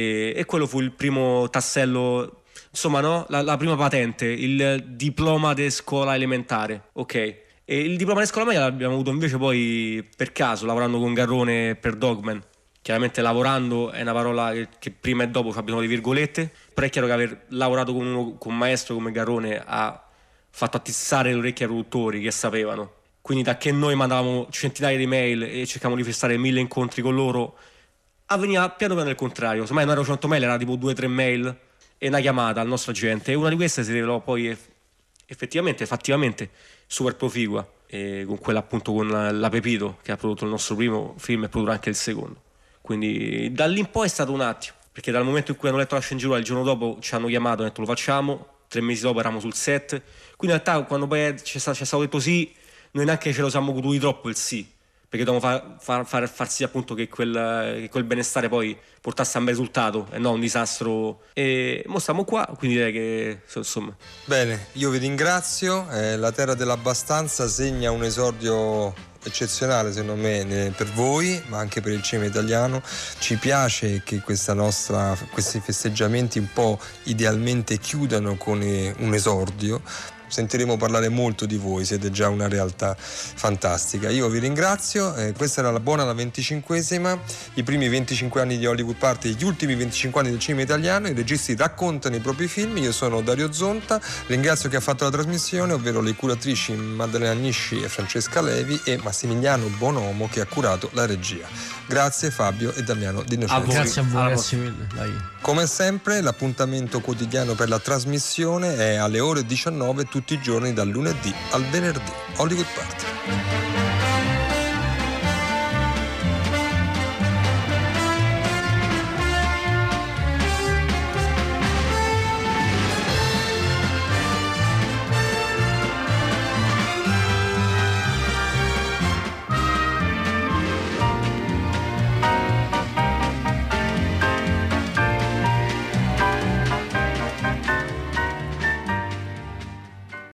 e quello fu il primo tassello, insomma, no? La prima patente, il diploma di scuola elementare, ok? E il diploma di scuola media l'abbiamo avuto invece poi per caso, lavorando con Garrone per Dogman. Chiaramente lavorando è una parola che prima e dopo ha bisogno di virgolette, però è chiaro che aver lavorato con un maestro come Garrone ha fatto attizzare le orecchie ai produttori che sapevano. Quindi da che noi mandavamo centinaia di mail e cercavamo di fissare 1000 incontri con loro, avveniva piano piano il contrario. Semmai non erano 100 mail, era tipo 2-3 mail e una chiamata al nostro agente, e una di queste si rivelò poi effettivamente, fattivamente super proficua, con quella appunto con la Pepito, che ha prodotto il nostro primo film e produrrà anche il secondo. Quindi da lì in poi è stato un attimo, perché dal momento in cui hanno letto la sceneggiatura il giorno dopo ci hanno chiamato e hanno detto lo facciamo, 3 mesi dopo eravamo sul set. Quindi in realtà quando poi ci è stato detto sì, noi neanche ce lo siamo goduti troppo il sì, perché dovevamo far sì appunto che quel benestare poi portasse a un bel risultato e non un disastro. E mo stiamo qua, quindi direi che insomma. Bene, io vi ringrazio. La terra dell'abbastanza segna un esordio eccezionale secondo me per voi, ma anche per il cinema italiano. Ci piace che questi festeggiamenti un po' idealmente chiudano con un esordio. sentiremo parlare molto di voi, siete già una realtà fantastica. Io vi ringrazio, questa era la 25esima, i primi 25 anni di Hollywood Party, gli ultimi 25 anni del cinema italiano, i registi raccontano i propri film. Io sono Dario Zonta, ringrazio chi ha fatto la trasmissione, ovvero le curatrici Maddalena Agnisci e Francesca Levi e Massimiliano Bonomo che ha curato la regia. Grazie Fabio e Damiano Di Innocenzo. Grazie a voi, grazie mille. Dai. Come sempre l'appuntamento quotidiano per la trasmissione è alle ore 19 tutti i giorni dal lunedì al venerdì. Hollywood Party.